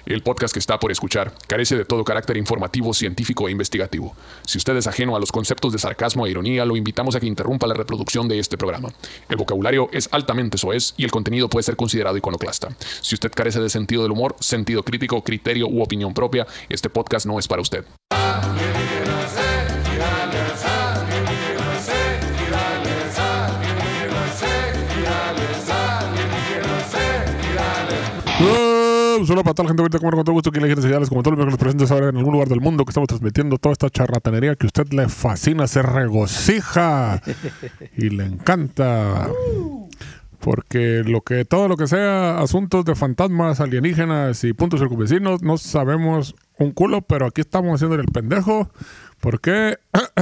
El podcast que está por escuchar carece de todo carácter informativo, científico e investigativo. Si usted es ajeno a los conceptos de sarcasmo e ironía, lo invitamos a que interrumpa la reproducción de este programa. El vocabulario es altamente soez y el contenido puede ser considerado iconoclasta. Si usted carece de sentido del humor, sentido crítico, criterio u opinión propia, este podcast no es para usted. Solo para toda la gente ahorita, como con todo gusto, que le señales como todos los miércoles presentes ahora en algún lugar del mundo que estamos transmitiendo toda esta charlatanería que a usted le fascina, se regocija y le encanta. Porque todo lo que sea asuntos de fantasmas, alienígenas y puntos circunvecinos, no sabemos un culo, pero aquí estamos haciéndole el pendejo. ¿Por qué?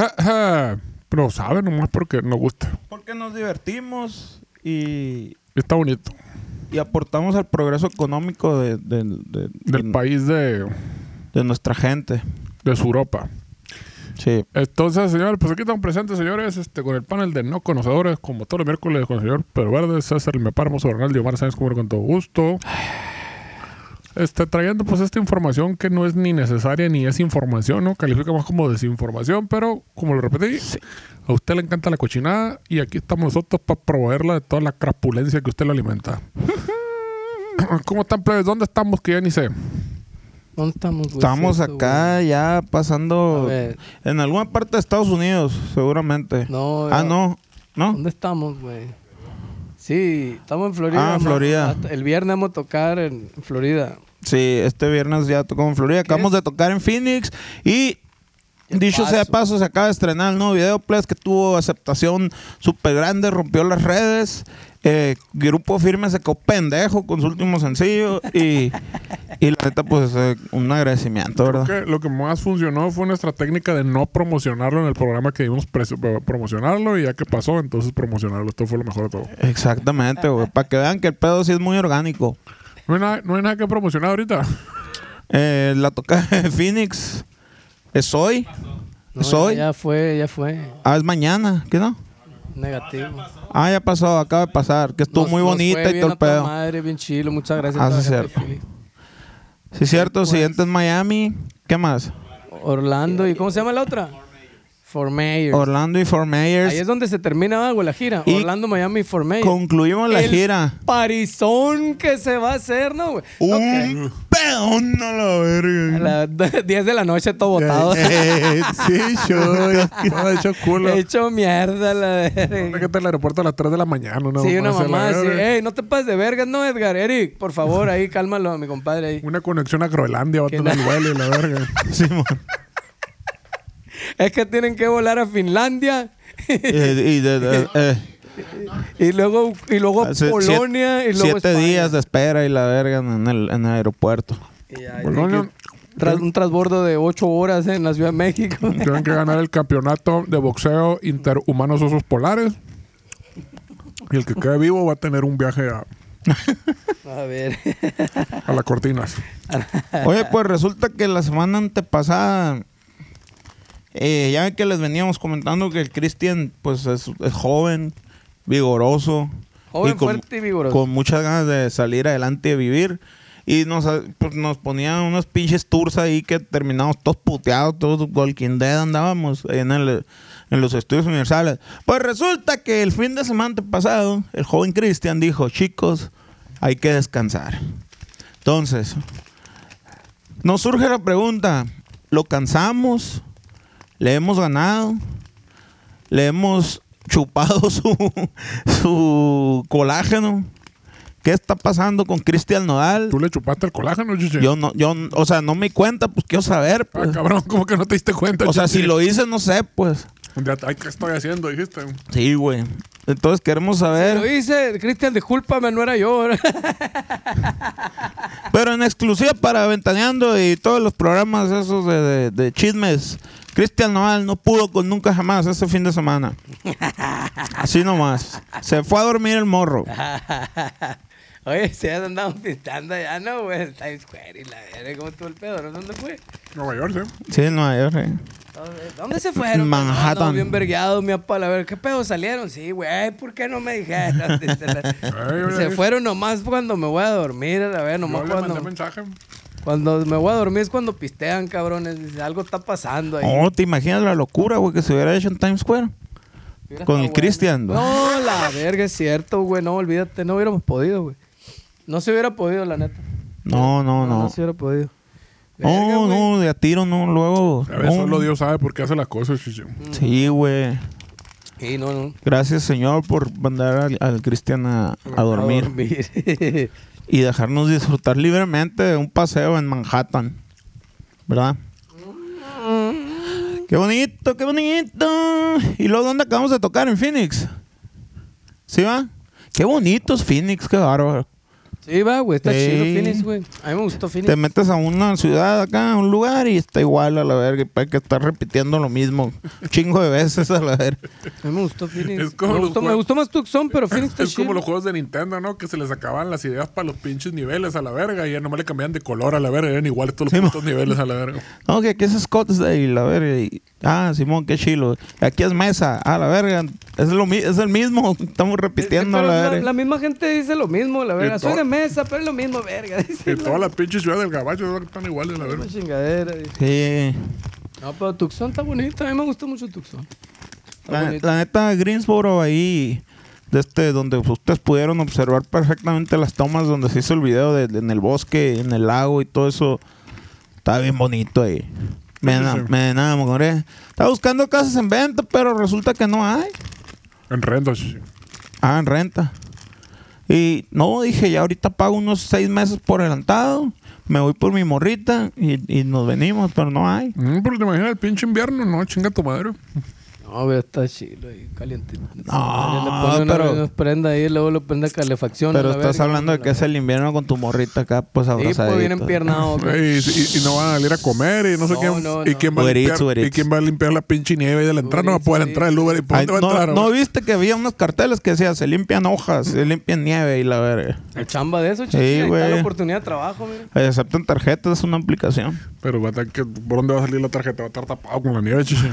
Pero saben, nomás porque nos gusta. Porque nos divertimos y está bonito. Y aportamos al progreso económico del país de nuestra gente. De su Europa. Sí. Entonces, señores, pues aquí están presentes, señores, con el panel de no conocedores, como todos los miércoles, con el señor Pedro Verde, César Limepar, Hermoso Ronaldo y Omar Sáenz, como con todo gusto. Trayendo pues esta información que no es ni necesaria ni es información, ¿no? Califica más como desinformación, pero como lo repetí, sí, a usted le encanta la cochinada y aquí estamos nosotros para proveerla de toda la crapulencia que usted le alimenta. ¿Cómo están, plebes? ¿Dónde estamos? Que ya ni sé. ¿Dónde estamos, güey? Estamos acá ya pasando en alguna parte de Estados Unidos, seguramente. No. ¿No? ¿Dónde estamos, güey? Sí, estamos en Florida. En Florida. El viernes vamos a tocar en Florida. Sí, este viernes ya tocamos en Florida. Acabamos de tocar en Phoenix y dicho sea de paso, se acaba de estrenar el nuevo video, pues, que tuvo aceptación súper grande, rompió las redes. Grupo Firme se quedó pendejo con su último sencillo y la neta, pues, un agradecimiento, ¿verdad? Creo que lo que más funcionó fue nuestra técnica de no promocionarlo en el programa que dimos promocionarlo, y ya que pasó, entonces promocionarlo. Esto fue lo mejor de todo. Exactamente, güey. Para que vean que el pedo sí es muy orgánico. No hay nada que promocionar ahorita. La toca de Phoenix es hoy. No, es hoy. Ya fue. Es mañana, ¿qué no? Negativo. Ya pasó, acaba de pasar. Que estuvo muy bonita y todo el pedo. Madre, bien chilo, muchas gracias. Sí, cierto. Sí, cierto. Pues, Siguiente es Miami. ¿Qué más? Orlando. ¿Y cómo se llama la otra? Fort Myers. Orlando y Fort Myers. Ahí es donde se termina algo la gira. Y Orlando, Miami y Fort Myers. Concluimos la gira. Parizón que se va a hacer, ¿no, güey? Un pedón a la verga. A las 10 de la noche todo botado. Sí, todo hecho culo. Hecho mierda la verga. Que está en el aeropuerto a las 3 de la mañana, ¿no? Sí, una mamá así. Ey, no te pases de vergas, ¿no, Edgar? Eric, por favor, ahí, cálmalo a mi compadre ahí. Una conexión a Groenlandia va a tener el vuelo y la verga. Sí, man. Es que tienen que volar a Finlandia. Y luego Polonia. Y luego 7 días de espera y la verga en el aeropuerto. Un transbordo de 8 horas en la Ciudad de México. Tienen que ganar el campeonato de boxeo interhumanos osos polares. Y el que quede vivo va a tener un viaje a las cortinas. Oye, pues resulta que la semana antepasada... ya ven que les veníamos comentando que el Cristian pues es joven, vigoroso. Joven, fuerte y vigoroso. Con muchas ganas de salir adelante y de vivir. Y nos ponían unos pinches tours ahí que terminamos todos puteados, todos Walking Dead andábamos ahí en los estudios universales. Pues resulta que el fin de semana pasado, el joven Cristian dijo, chicos, hay que descansar. Entonces, nos surge la pregunta, ¿lo cansamos? Le hemos ganado, le hemos chupado su colágeno. ¿Qué está pasando con Cristian Nodal? ¿Tú le chupaste el colágeno, Chiche? Yo, o sea, no me di cuenta, pues quiero saber. Pues. Cabrón, ¿cómo que no te diste cuenta, O sea, Chiche? si lo hice, no sé, pues. ¿Qué estoy haciendo? Dijiste. Sí, güey. Entonces queremos saber. Lo hice, Cristian, discúlpame, no era yo. Pero en exclusiva para Ventaneando y todos los programas esos de chismes, Cristian Nodal no pudo con nunca jamás ese fin de semana. Así nomás. Se fue a dormir el morro. Oye, se andamos pintando allá, ¿no, güey? Times Square y la verga, ¿cómo estuvo el pedo? ¿Dónde fue? Nueva York, sí. Sí, en Nueva York. ¿Dónde se fueron? Manhattan. Bien vergueados, mi papá. A ver, ¿qué pedo salieron? Sí, güey, ¿por qué no me dijeron? Se fueron nomás cuando me voy a dormir, a ver, nomás Yo cuando... le mandé mensaje. Cuando me voy a dormir es cuando pistean, cabrones. Dice, algo está pasando ahí. Oh, ¿te imaginas la locura, güey, que se hubiera hecho en Times Square? Hubiera Con el estado Cristian. bueno. No, la verga, es cierto, güey. No, olvídate, no hubiéramos podido, güey. No se hubiera podido, la neta. No. No se hubiera podido. Verga, No, güey. no, de a tiro, no, luego. A ver, no. solo Dios sabe por qué hace las cosas, chichi. Sí, güey. Sí, no. Gracias, Señor, por mandar al Cristian a dormir. A dormir. Y dejarnos disfrutar libremente de un paseo en Manhattan. ¿Verdad? ¡Qué bonito, qué bonito! ¿Y luego dónde acabamos de tocar? ¿En Phoenix? ¿Sí va? ¡Qué bonito es Phoenix! ¡Qué bárbaro! Sí, va, güey. Está Sí. chido Phoenix, güey. A mí me gustó Phoenix. Te metes a una ciudad acá, a un lugar, y está igual a la verga. Y hay que estar repitiendo lo mismo un chingo de veces a la verga. A mí me gustó Phoenix. Es como me, los gustó, me juegos- gustó más Tucson, pero Phoenix está Es como chido. los juegos de Nintendo, ¿no? Que se les acababan las ideas para los pinches niveles a la verga y ya nomás le cambiaban de color a la verga. Eran iguales todos los Sí, putos niveles a la verga. No, que aquí es Scottsdale, la verga. Simón, qué chilo. Aquí es Mesa, la verga. Es el mismo. Estamos repitiendo a Pero la la verga. misma gente dice lo mismo, la verga. Y Soy todo- de mesa, pero es lo mismo, verga. Dice Y todas las pinches ciudades del gabacho están iguales a la la verga. chingadera. Dice. Sí. No, pero Tucson está bonito. A mí me gustó mucho Tucson. Está bonito. La neta, Greensboro ahí, donde ustedes pudieron observar perfectamente las tomas donde se hizo el video en el bosque, en el lago y todo eso. Está bien bonito ahí. Me enamoré. Estaba buscando casas en venta, pero resulta que no hay. En renta, chichi. En renta. Y no, dije, ya ahorita pago unos 6 meses por adelantado. Me voy por mi morrita y nos venimos, pero no hay. Pero te imaginas el pinche invierno, no, chinga tu madre. No, güey, está chido ahí, calientito. No, le pone pero- una prenda ahí y luego le prende calefacción. Pero a la estás verga, hablando de la que es verga. el invierno con tu morrita acá, pues Sí, pues abrazadito. bien empiernado. güey. Y no van a salir a comer y no sé No, quién. no, y no. quién va a Uber Eats, limpiar. Uber Y Eats. quién va a limpiar la pinche nieve y de la entrada no va a poder Uber entrar el Uber. ¿Y por Ay, dónde va a entrar? no viste que había unos carteles que decían se limpian hojas, se limpian nieve y la verga. El chamba de eso, chichi. Sí, Ahí está güey. la oportunidad de trabajo, mira. Aceptan tarjetas, es una aplicación. Pero va a estar ¿por dónde va a salir la tarjeta? Va a estar tapado con la nieve, chichi.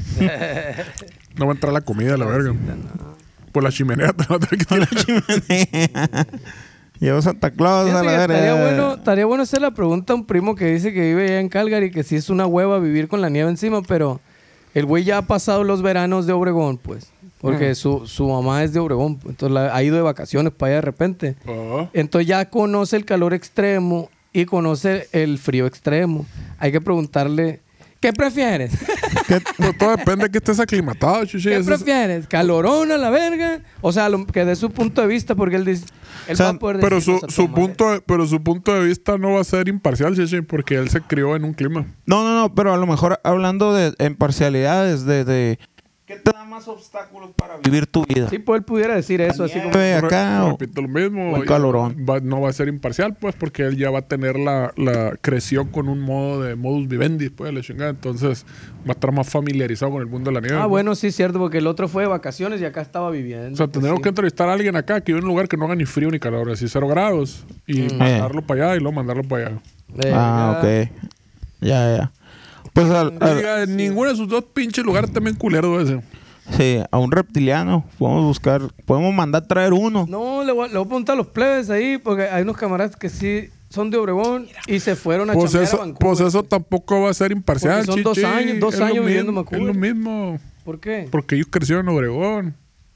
No va a entrar la comida, la verga. Por la chimenea te va a tener que tirar. Llevo Santa Claus a Fíjate la que verga. estaría bueno hacer la pregunta a un primo que dice que vive allá en Calgary, que sí es una hueva vivir con la nieve encima, pero el güey ya ha pasado los veranos de Obregón, pues. Porque su mamá es de Obregón, pues, entonces ha ido de vacaciones para allá de repente. Ah. Entonces ya conoce el calor extremo y conoce el frío extremo. Hay que preguntarle, ¿qué prefieres? Pues todo depende de que estés aclimatado, chichi. ¿Qué Ese es- prefieres? ¿Calorón a la verga? O sea, que de su punto de vista, porque él dice... Él O sea, va a poder Pero decir, su, "Vas a su tomar". punto, su punto de vista no va a ser imparcial, chichi, porque él se crió en un clima. No, pero a lo mejor hablando en parcialidades de ¿qué te da más obstáculos para vivir tu vida? Sí, pues él pudiera decir eso, así como... Nieve acá o Repito lo mismo. o el calorón. No va a ser imparcial, pues, porque él ya va a tener creció con un modo de modus vivendi, pues, la chingada. Entonces, va a estar más familiarizado con el mundo de la nieve. Ah, pues. bueno, sí, cierto, porque el otro fue de vacaciones y acá estaba viviendo. O sea, tendremos Pues que sí. entrevistar a alguien acá que vive en un lugar que no haga ni frío ni calor, así 0 grados, y mandarlo para allá y luego mandarlo para allá. Ok. Ya. Pues Diga, ninguno de sus dos pinches lugares también culero ese. sí, a un reptiliano podemos mandar traer uno. No, le voy a preguntar a los plebes ahí, porque hay unos camaradas que sí son de Obregón y se fueron a Pues chambear a eso, Vancouver. pues eso tampoco va a ser imparcial, Porque son 2 chichi. años, 2 Es lo años viviendo en mismo, Vancouver. Es lo mismo, ¿Por qué? porque ellos crecieron en Obregón.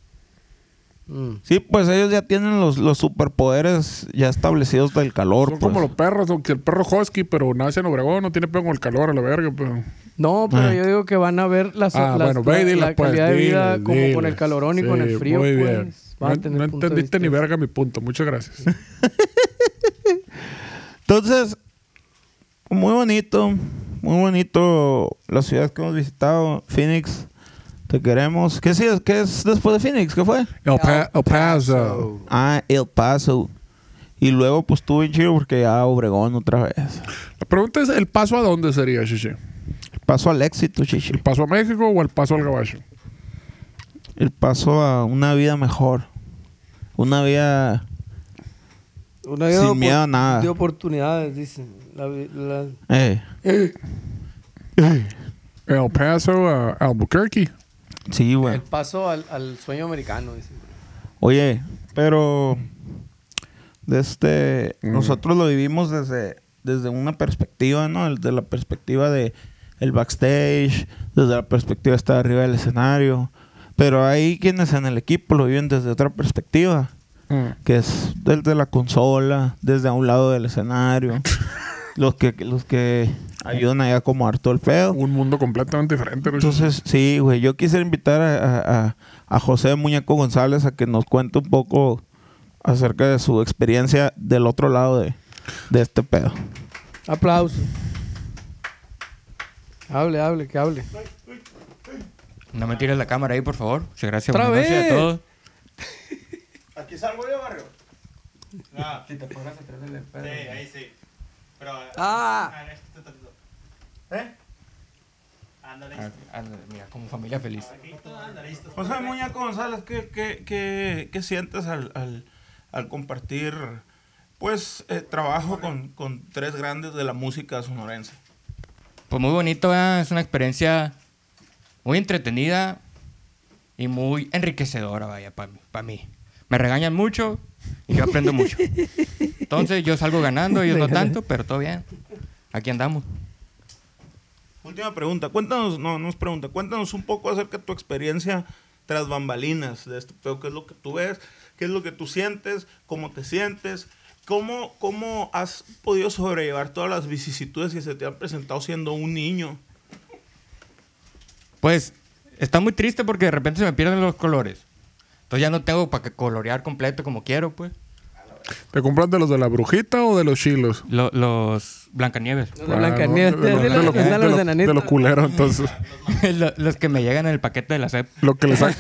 Sí, pues ellos ya tienen los superpoderes ya establecidos del calor. Son Pues. como los perros, aunque el perro husky, pero nace en Obregón, no tiene pedo con el calor a la verga, pero... No, pero yo digo que van a ver bueno, ve y la dilas, pues, calidad de vida diles, como con diles. el calorón y con el Sí, frío, muy pues. bien. Van a No, tener no punto de entendiste vista. ni verga mi punto. Muchas gracias. Entonces, muy bonito la ciudad que hemos visitado, Phoenix. Te queremos. ¿Qué es después de Phoenix? ¿Qué fue? El Paso. El Paso. Y luego pues estuvo bien chido porque ya Obregón otra vez. La pregunta es, ¿el paso a dónde sería, Chichi? El paso al éxito, chichi. ¿El paso a México o el paso al gabacho? El paso a una vida mejor. Una vida Una vida sin miedo a nada. de oportunidades, dicen. El Paso a Albuquerque. Sí, güey. El paso al sueño americano, dicen. Oye, pero nosotros lo vivimos desde desde una perspectiva, ¿no? Desde la perspectiva de el backstage, desde la perspectiva de estar arriba del escenario. Pero hay quienes en el equipo lo viven desde otra perspectiva, que es desde la consola, desde a un lado del escenario. los que ayudan ahí a acomodar todo el pedo. Un mundo completamente diferente. ¿No? Entonces, sí, güey, yo quisiera invitar a José Muñeco González a que nos cuente un poco acerca de su experiencia del otro lado de este pedo. Aplauso. Hable, que hable. No me tires la cámara ahí, por favor. Muchas gracias. ¡Otra Buenas noches vez! a todos. ¿Aquí salgo yo, barrio? Si te pongas atrás del pedo. Sí, ahí sí. Pero... ¿Eh? Ándale, mira, como familia feliz. José Muñeco González, ¿qué sientes al compartir, pues, trabajo con tres grandes de la música sonorense? Pues muy bonito, ¿verdad? Es una experiencia muy entretenida y muy enriquecedora, vaya, para mí. Me regañan mucho y yo aprendo mucho. Entonces yo salgo ganando, ellos no tanto, pero todo bien. Aquí andamos. Última pregunta. Cuéntanos un poco acerca de tu experiencia tras bambalinas de este pedo. ¿Qué es lo que tú ves? ¿Qué es lo que tú sientes? ¿Cómo te sientes? ¿Cómo has podido sobrellevar todas las vicisitudes que se te han presentado siendo un niño? Pues está muy triste porque de repente se me pierden los colores. Entonces ya no tengo para colorear completo como quiero, pues. ¿Te compras de los de la brujita o de los chilos? Los Blancanieves. Los de Blancanieves. De los culeros, entonces. los que me llegan en el paquete de la SEP. Lo que le sacas.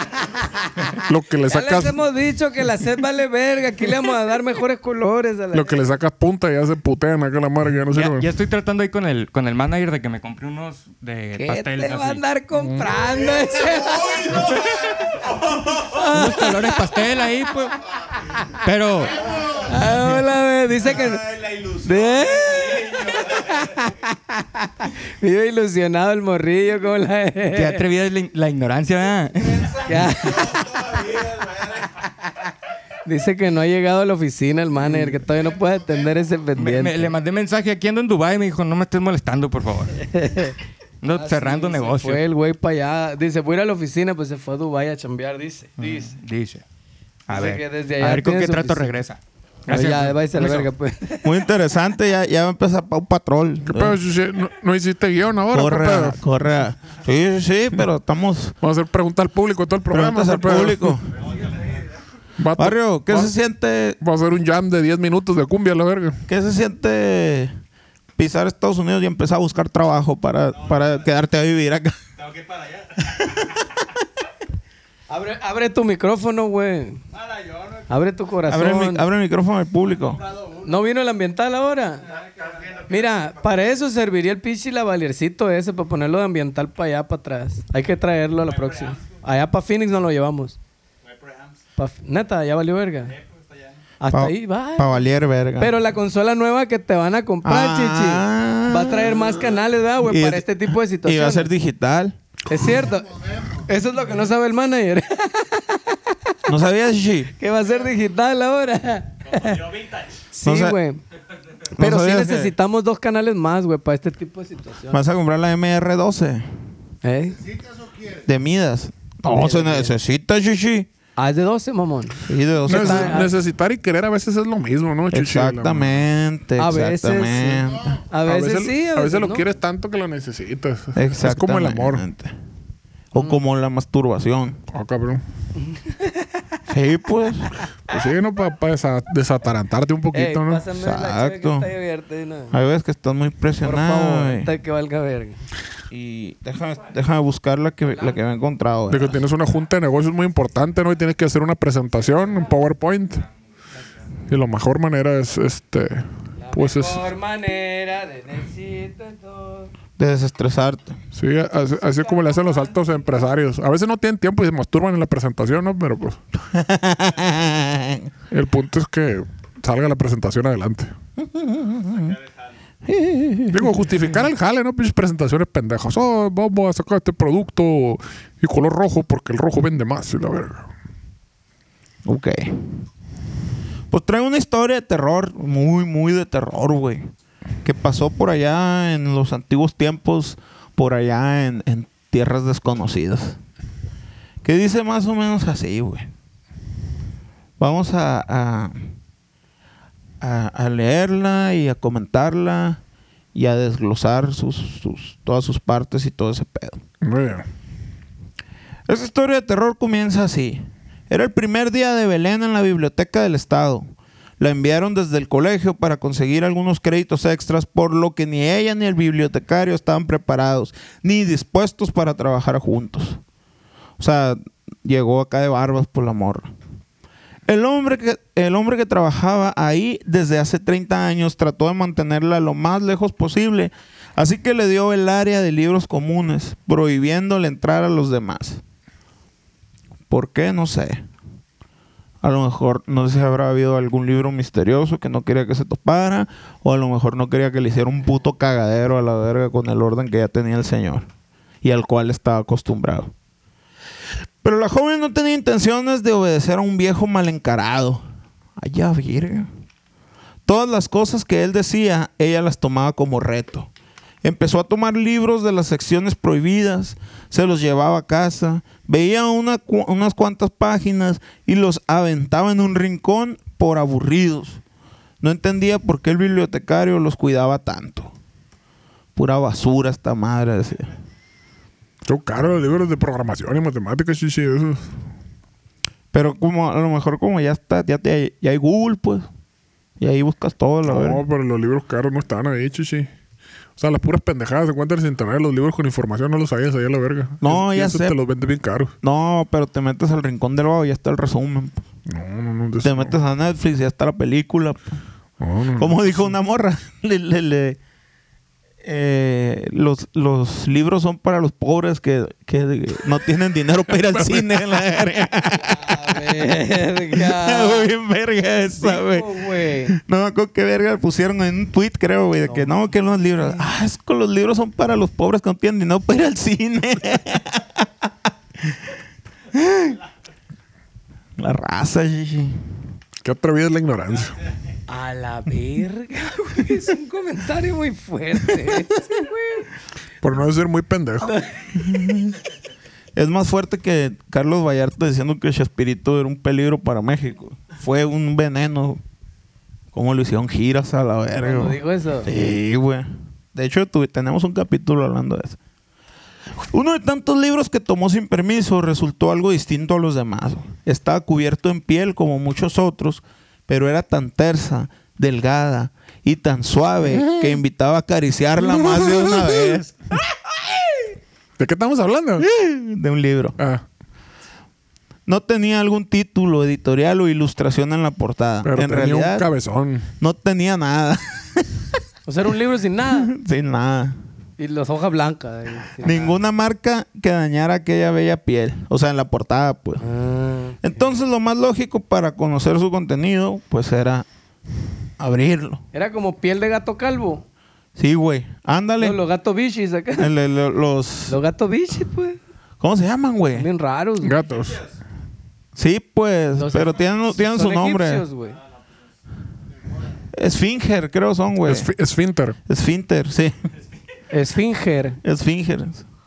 Ya les hemos dicho que la SEP vale verga. Aquí le vamos a dar mejores colores. A la lo que le sacas punta y ya se putean acá la madre que ya no sirve. Ya estoy tratando ahí con el manager de que me compre unos de ¿Qué pastel. te va a andar comprando ese? Unos colores pastel ahí, pues. Pero... hola, dice que... La ilusión. Vive ilusionado el morrillo como la... Qué atrevida es la ignorancia, ¿verdad? Dice que no ha llegado a la oficina el manager, que todavía no puede atender ese pendiente. Le mandé mensaje, aquí ando en Dubái, y me dijo, no me estés molestando, por favor. No, cerrando negocio. Fue el güey para allá. Dice, voy a ir a la oficina, pues se fue a Dubái a chambear, dice. Dice. A Dice ver, que desde allá a ver con tiene qué su trato oficina. regresa. Pero ya, váyase a la Permiso. verga, pues. Muy interesante. Ya va a empezar Pau Patrol. ¿Qué pedo, Chuchi? ¿No hiciste guión ahora? Corre. Sí, pero estamos... Vamos a hacer preguntas al público todo el programa. Preguntas al ¿qué pedo? público. Barrio, ¿qué se siente? Va a ser un jam de 10 minutos de cumbia, la verga. ¿Qué se siente pisar Estados Unidos y empezar a buscar trabajo para quedarte a vivir acá? Tengo que ir para allá. Abre tu micrófono, güey. Abre tu corazón. Abre el micrófono al público. ¿No vino el ambiental ahora? Mira, para eso serviría el pinche lavaliercito ese, para ponerlo de ambiental para allá, para atrás. Hay que traerlo a la próxima. Allá para Phoenix nos lo llevamos. Neta, ya valió verga. Hasta ahí va. Para valer verga. Pero la consola nueva que te van a comprar, chichi, va a traer más canales, ¿verdad, güey? Y- Para este tipo de Y situaciones. va a ser digital. Es cierto. Eso es lo que no sabe el manager. ¿No sabías, Shishi? Que va a ser digital ahora. Sí, No sé- güey. Pero sí sabías que- necesitamos 2 canales más, güey, para este tipo de situaciones. ¿Vas a comprar la MR12 ¿Eh? de Midas? No, se necesita, Shishi. Ah, es de 12, mamón. Sí, de 12. Necesitar y querer a veces es lo mismo, ¿no, Chuchi? Exactamente, A veces sí. exactamente. A veces sí, a veces lo no. quieres tanto que lo necesitas. Exactamente. Es como el amor. O como la masturbación. Oh, cabrón. Sí, pues. Pues sí, ¿no? Para desatarantarte un Ey, poquito, ¿no? pásame la cheve que Exacto. está ahí abierta, ¿no? Hay veces que estás muy Por presionado. favor, güey. hasta que valga verga. Y déjame buscar la que me he encontrado. De güey. que tienes una junta de negocios muy importante, ¿no? Y tienes que hacer una presentación, un PowerPoint. Y la mejor manera es, pues es... Mejor manera de necesito todo. De desestresarte. Sí, así como le hacen los altos empresarios. A veces no tienen tiempo y se masturban en la presentación, ¿no? Pero pues... El punto es que salga la presentación adelante. Digo, justificar el jale, ¿no? Pinches presentaciones pendejas. Oh, vamos a sacar este producto y color rojo porque el rojo vende más y la verga. Ok. Pues trae una historia de terror. Muy, muy de terror, güey. que pasó por allá en los antiguos tiempos, por allá en tierras desconocidas. Que dice más o menos así, güey. Vamos a leerla y a comentarla y a desglosar todas sus partes y todo ese pedo. Muy bien. Esta historia de terror comienza así. Era el primer día de Belén en la biblioteca del estado. La enviaron desde el colegio para conseguir algunos créditos extras, por lo que ni ella ni el bibliotecario estaban preparados ni dispuestos para trabajar juntos. O sea, llegó acá de barbas por la morra. El hombre que trabajaba ahí desde hace 30 años trató de mantenerla lo más lejos posible, así que le dio el área de libros comunes, prohibiéndole entrar a los demás. ¿Por qué? No sé. A lo mejor, no sé si habrá habido algún libro misterioso que no quería que se topara, o a lo mejor no quería que le hiciera un puto cagadero a la verga con el orden que ya tenía el señor y al cual estaba acostumbrado. Pero la joven no tenía intenciones de obedecer a un viejo mal encarado. Ay, ya, virga. Todas las cosas que él decía, ella las tomaba como reto. Empezó a tomar libros de las secciones prohibidas, se los llevaba a casa, veía unas cuantas páginas y los aventaba en un rincón por aburridos. No entendía por qué el bibliotecario los cuidaba tanto. Pura basura esta madre, decía. Son caros los libros de programación y matemáticas, chichi, esos. Pero como a lo mejor como ya está, ya hay Google, pues. Y ahí buscas todo, la verdad. No, pero los libros caros no están ahí, chichi. O sea, las puras pendejadas se encuentran en internet. Los libros con información no los sabías ahí a la verga. No, ya eso sé. te los vende bien caros. No, pero te metes al rincón del vago y ya está el resumen. No. Te metes a Netflix y ya está la película. No. Como dijo una morra, los libros son para los pobres que no tienen dinero para ir al cine. La verga. Verga. Bien verga esa, güey. Dijo, güey. No me acuerdo qué verga pusieron en un tweet, creo, güey, de que no, que los libros. Ah, es que los libros son para los pobres que no tienen dinero para ir al cine. La raza, chichi. Qué atrevida es la ignorancia. A la verga, güey. Es un comentario muy fuerte ese, güey. Por no ser muy pendejo. Es más fuerte que Carlos Vallarta diciendo que Chespirito era un peligro para México. Fue un veneno. ¿Cómo lo hicieron giras a la verga? ¿No güey? dijo eso? Sí, güey. De hecho, tenemos un capítulo hablando de eso. Uno de tantos libros que tomó sin permiso resultó algo distinto a los demás. Estaba cubierto en piel como muchos otros, pero era tan tersa, delgada y tan suave que invitaba a acariciarla más de una vez. ¿De qué estamos hablando? De un libro. Ah, No tenía algún título editorial o ilustración en la portada. pero En tenía realidad, un cabezón. no tenía nada. O sea, era un libro sin nada. Sin nada. Y las hojas blancas. Sin Ninguna marca que dañara aquella bella piel. O sea, en la portada, pues. nada. Entonces, lo más lógico para conocer su contenido, pues era abrirlo. Era como piel de gato calvo. Sí, güey. Ándale. No, los gatos bichis acá. Los... Los gatos bichis, pues. ¿Cómo se llaman, güey? Bien raros. güey. Gatos. Sí, pues. Los- pero tienen son su nombre. egipcios, güey. Esfinger, creo son, güey. Esfínter. Esfínter, sí. Esfinger. Esfinger.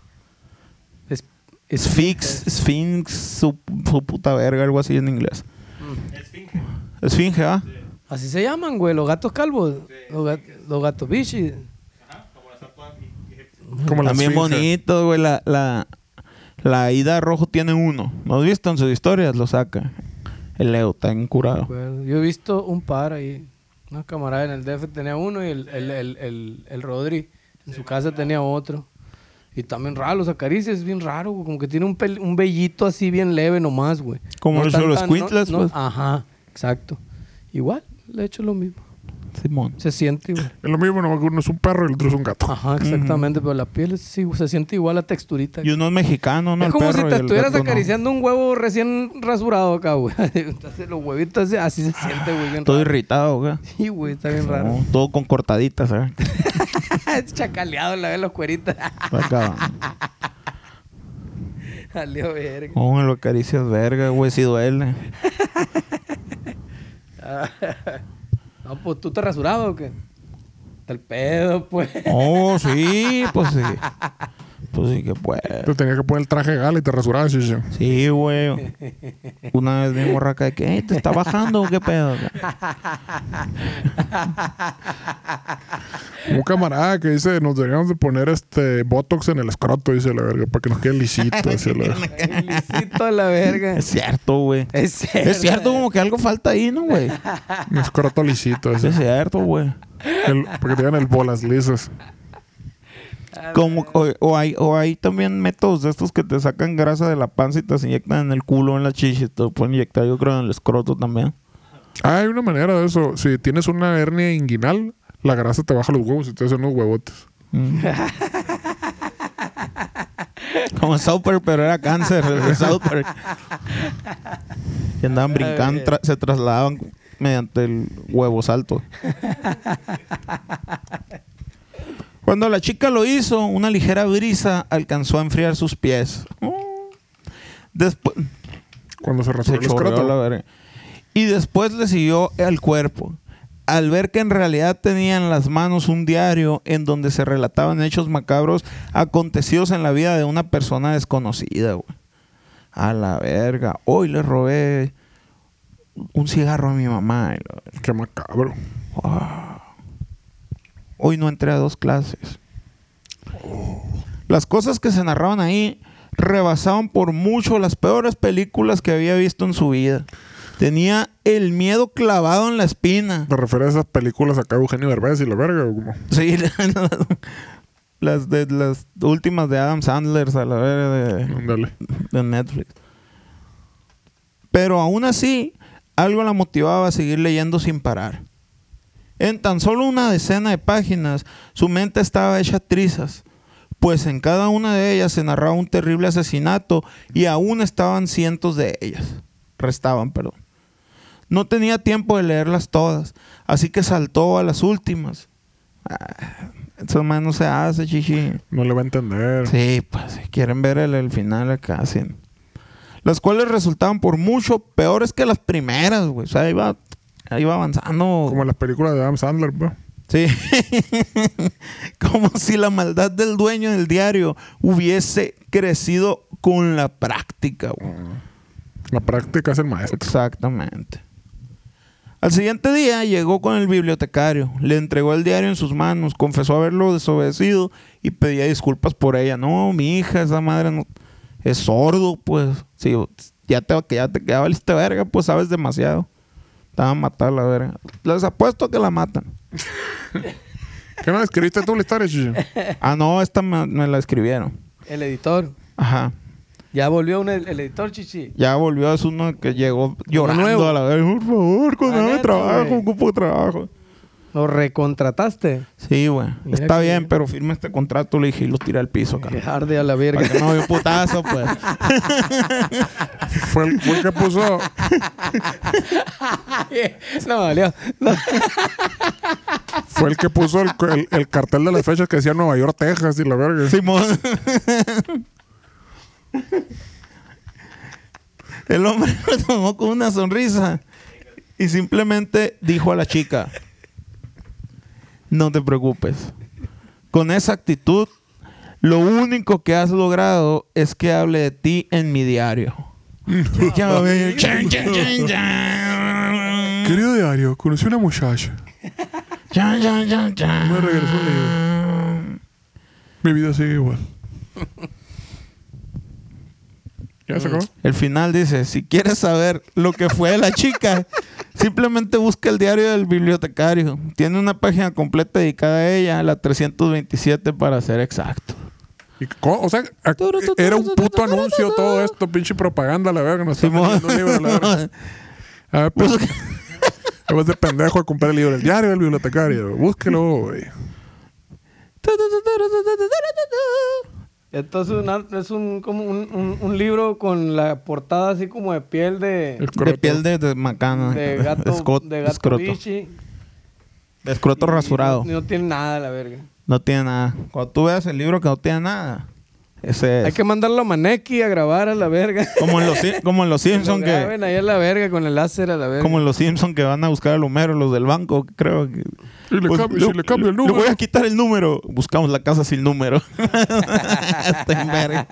Sphinx, su puta verga, algo así en inglés. Esfinge, ¿ah? Así se llaman, güey. Los gatos calvos. Los gatos bichis. Como la También esfinge. bonito, güey. La Ida Rojo tiene uno. ¿No has visto en sus historias? Lo saca. El Leo está incurado. Bueno, yo he visto un par ahí. Una camarada en el DF tenía uno y el Rodri en su casa tenía otro. Y también raro, los acaricias, es bien raro, güey. Como que tiene un vellito así bien leve nomás, güey. Como tan- los tan- squintles, pues. Ajá, exacto. Igual, le he hecho lo mismo. Simón. Se siente igual. Es lo mismo, no, uno es un perro y el otro es un gato. Ajá, exactamente. Pero la piel sí, se siente igual la texturita. Y uno es mexicano, ¿no? Es El como si perro y te el estuvieras gato no. acariciando un huevo recién rasurado acá, güey. Entonces los huevitos así se siente, güey, bien Todo raro. irritado, güey. Sí, güey, está bien raro. No, todo con cortaditas, ¿sabes? Es chacaleado la vez los cueritos. Acá. Salió verga. Oh, me lo acaricias, verga, güey, si duele. No, pues tú te rasurado o qué? Está el pedo, pues. Oh, sí, pues sí. Pues sí que puede. Te tenía que poner el traje de gala y te rasurabas, chichi. Sí, güey. Una vez mi morra que ¿te está bajando o qué pedo? Un camarada que dice, nos deberíamos de poner Botox en el escroto, dice la verga, para que nos quede lisito. Dice la verga. Ay, lisito a la verga. Es cierto, güey. Es cierto. Es cierto, como que algo falta ahí, ¿no, güey? Un escroto lisito. Es cierto, güey. Porque te dan el bolas lisas. Como, o hay también métodos de estos que te sacan grasa de la panza y te inyectan en el culo, en la chichi. Te lo pueden inyectar, yo creo, en el escroto también. Hay una manera de eso. Si tienes una hernia inguinal, la grasa te baja los huevos y te hacen unos huevotes. Como South Park, pero era cáncer. El de South Park. Y andaban brincando, se trasladaban mediante el huevo salto. Cuando la chica lo hizo, una ligera brisa alcanzó a enfriar sus pies. Después Cuando se rasuró el chorreó escroto. la verga. Y después le siguió el cuerpo. Al ver que en realidad tenía en las manos un diario en donde se relataban hechos macabros acontecidos en la vida de una persona desconocida, güey. A la verga. Hoy le robé un cigarro a mi mamá. Qué macabro. Hoy no entré a 2 clases. Las cosas que se narraban ahí rebasaban por mucho las peores películas que había visto en su vida. Tenía el miedo clavado en la espina. ¿Te refieres a esas películas acá de Eugenio Derbez y la verga? ¿O cómo? Sí, las últimas de Adam Sandler, a la verga Ándale. de Netflix. Pero aún así, algo la motivaba a seguir leyendo sin parar. En tan solo una decena de páginas, su mente estaba hecha trizas, pues en cada una de ellas se narraba un terrible asesinato y aún estaban cientos de ellas. Restaban, perdón. No tenía tiempo de leerlas todas, así que saltó a las últimas. Eso más no se hace, chichi. No le va a entender. Sí, pues si quieren ver el final acá, sí. Las cuales resultaban por mucho peores que las primeras, güey. O sea, iba avanzando. Como en las películas de Adam Sandler, pues. Sí. Como si la maldad del dueño del diario hubiese crecido con la práctica, güey. La práctica es el maestro. Exactamente. Al siguiente día llegó con el bibliotecario, le entregó el diario en sus manos, confesó haberlo desobedecido y pedía disculpas por ella. No, mi hija, esa madre no es sordo, pues. Sí, ya te quedaba este verga, pues sabes demasiado. Te van a matar la verga. Les apuesto que la matan. ¿Qué no escribiste tú la historia, chichi? Ah, no, esta me la escribieron. El editor. Ajá. Ya volvió el editor, chichi. Ya volvió, es uno que llegó llorando nuevo. a la verga. Por favor, La dame neta, trabajo, güey. ocupo trabajo. ¿Lo recontrataste? Sí, güey. Mira Está que bien, bien. pero firma este contrato, le dije, y lo tira al piso, Que cabrón. arde a la verga. Para que no vea un putazo, pues. Fue el que puso... No, valió. No. Fue el que puso el cartel de las fechas que decía Nueva York, Texas y la verga. Simón. El hombre lo tomó con una sonrisa y simplemente dijo a la chica: no te preocupes. Con esa actitud, lo único que has logrado es que hable de ti en mi diario. Chan, chan, chan, chan. Querido diario, conocí a una muchacha. Chan, chan, chan, chan. Me regresó un libro. Mi vida sigue igual. ¿Ya se acabó? El final dice: si quieres saber lo que fue de la chica, simplemente busca el diario del bibliotecario. Tiene una página completa dedicada a ella, la 327 para ser exacto. O sea, era un puto anuncio todo esto, pinche propaganda, la verga. Nos está Simón. vendiendo un libro, la verga. A ver, pues, en vez de pendejo a comprar el libro del diario del bibliotecario. Búsquelo, güey. Entonces es como un libro con la portada así como de piel de De piel de macana. de gato escroto. bichi. De escroto rasurado. No tiene nada la verga. No tiene nada. Cuando tú veas el libro que no tiene nada, Ese Hay es. que mandarlo a Maneki a grabar a la verga. Como en los Simpsons Lo que... graben ahí a la verga con el láser a la verga. Como en los Simpsons que van a buscar al Homero, los del banco, creo que... Y le cambio el Le número. voy a quitar el número. Buscamos la casa sin número. Está en verga.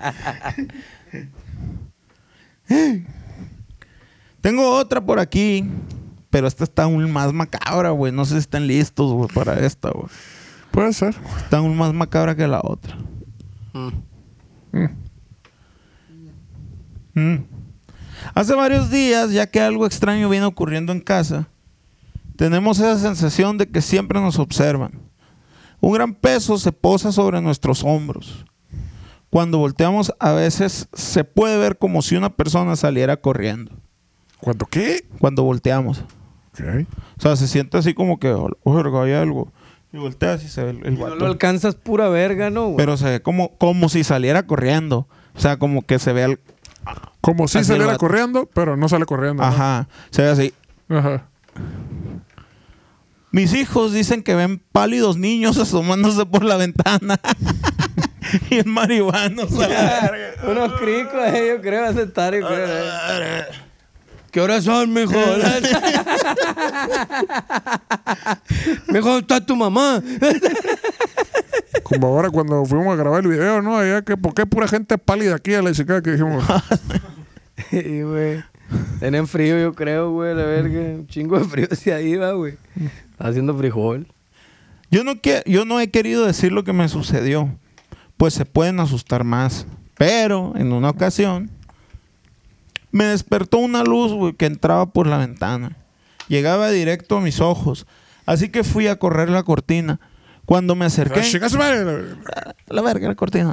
Tengo otra por aquí. Pero esta está aún más macabra, güey. No sé si están listos, güey, para esta, güey. Puede ser. Está aún más macabra que la otra. Hace varios días, ya que algo extraño viene ocurriendo en casa, tenemos esa sensación de que siempre nos observan. Un gran peso se posa sobre nuestros hombros. Cuando volteamos, a veces se puede ver como si una persona saliera corriendo. ¿Cuánto qué? Cuando volteamos. Ok. O sea, se siente así como que, oiga, hay algo. Y volteas y se ve el No vato. lo alcanzas pura verga, ¿no, güey? Pero se ve como si saliera corriendo. O sea, como que se ve al... Como si Así el saliera vato. corriendo, pero no sale corriendo. ¿no? Ajá. Se ve así. Ajá. Mis hijos dicen que ven pálidos niños asomándose por la ventana. Y en marihuanos a la verga. Unos cricos, yo creo, van a estar, yo creo. ¿Qué horas son, mijo? Mijo, ¿dónde está tu mamá? Como ahora cuando fuimos a grabar el video, ¿no? Allá que, ¿por qué pura gente pálida aquí a la chica que dijimos? Y, güey, tienen frío, yo creo, güey, la verga. Un chingo de frío hacia ahí va, güey. Está haciendo frijol. Yo no he querido decir lo que me sucedió. Pues se pueden asustar más. Pero en una ocasión me despertó una luz, güey, que entraba por la ventana. Llegaba directo a mis ojos. Así que fui a correr la cortina. Cuando me acerqué... Chica, su madre. La verga, la cortina.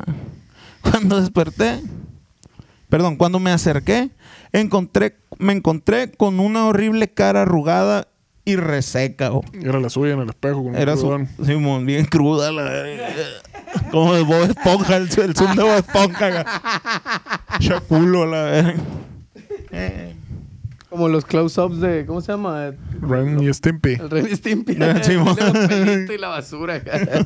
Cuando me acerqué, me encontré con una horrible cara arrugada y reseca. Era la suya en el espejo. Con Era un su... crudón. Simón, bien cruda. Como el Bob Esponja, el zoom de Bob Esponja. Chaculo, la verga. Como los close-ups de... ¿Cómo se llama? Ren y Stimpy. El Ren y Stimpy. Sí, El mo. pelito y la basura.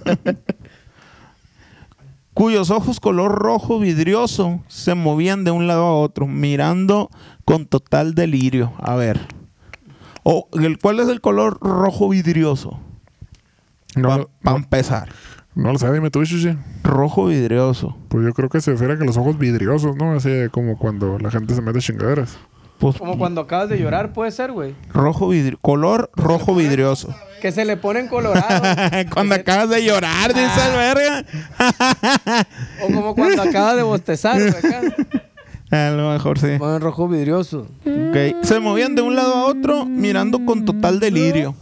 Cuyos ojos color rojo vidrioso se movían de un lado a otro, mirando con total delirio. A ver. ¿Cuál es el color rojo vidrioso? No, Para empezar. no lo sé, dime tú, Chuchi. Rojo vidrioso. Pues yo creo que se refiere a que los ojos vidriosos, ¿no? Así como cuando la gente se mete chingaderas. Pues, Como cuando acabas de llorar, puede ser, güey. color rojo vidrioso. Que se le ponen colorados. Cuando acabas de llorar, dice el verga. O como cuando acabas de bostezar, güey, acá. A lo mejor sí. Ponen rojo vidrioso. Ok. Se movían de un lado a otro mirando con total delirio.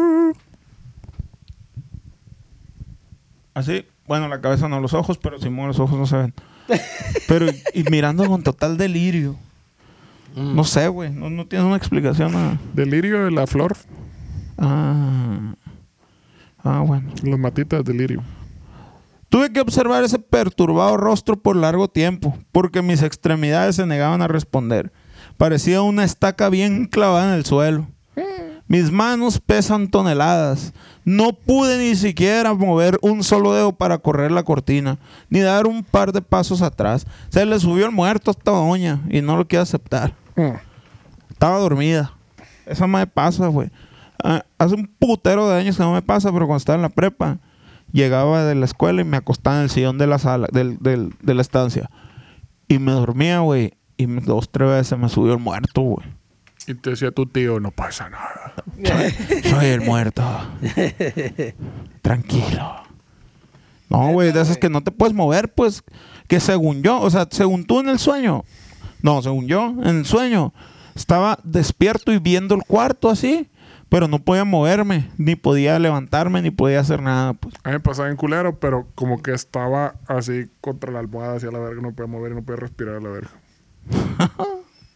Así. Bueno, la cabeza no, los ojos, pero si mueven los ojos no se ven. Pero y mirando con total delirio. No sé, güey. No tiene una explicación. Delirio de la flor. Bueno. Las matitas de delirio. Tuve que observar ese perturbado rostro por largo tiempo, porque mis extremidades se negaban a responder. Parecía una estaca bien clavada en el suelo. Mis manos pesan toneladas. No pude ni siquiera mover un solo dedo para correr la cortina, ni dar un par de pasos atrás. Se le subió el muerto a esta doña y no lo quiero aceptar. Estaba dormida. Eso me pasa, güey. Hace un putero de años que no me pasa, pero cuando estaba en la prepa, llegaba de la escuela y me acostaba en el sillón de la sala, de la estancia. Y me dormía, güey. Y 2, 3 veces me subió el muerto, güey. Y te decía tu tío, no pasa nada. Soy el muerto. Tranquilo. No, güey, de esas que no te puedes mover, pues. Que según yo, o sea, según tú en el sueño. No, según yo, en el sueño. Estaba despierto y viendo el cuarto así. Pero no podía moverme. Ni podía levantarme, ni podía hacer nada, pues. A mí me pasaba en culero, pero como que estaba así contra la almohada hacia la verga. No podía mover y no podía respirar a la verga.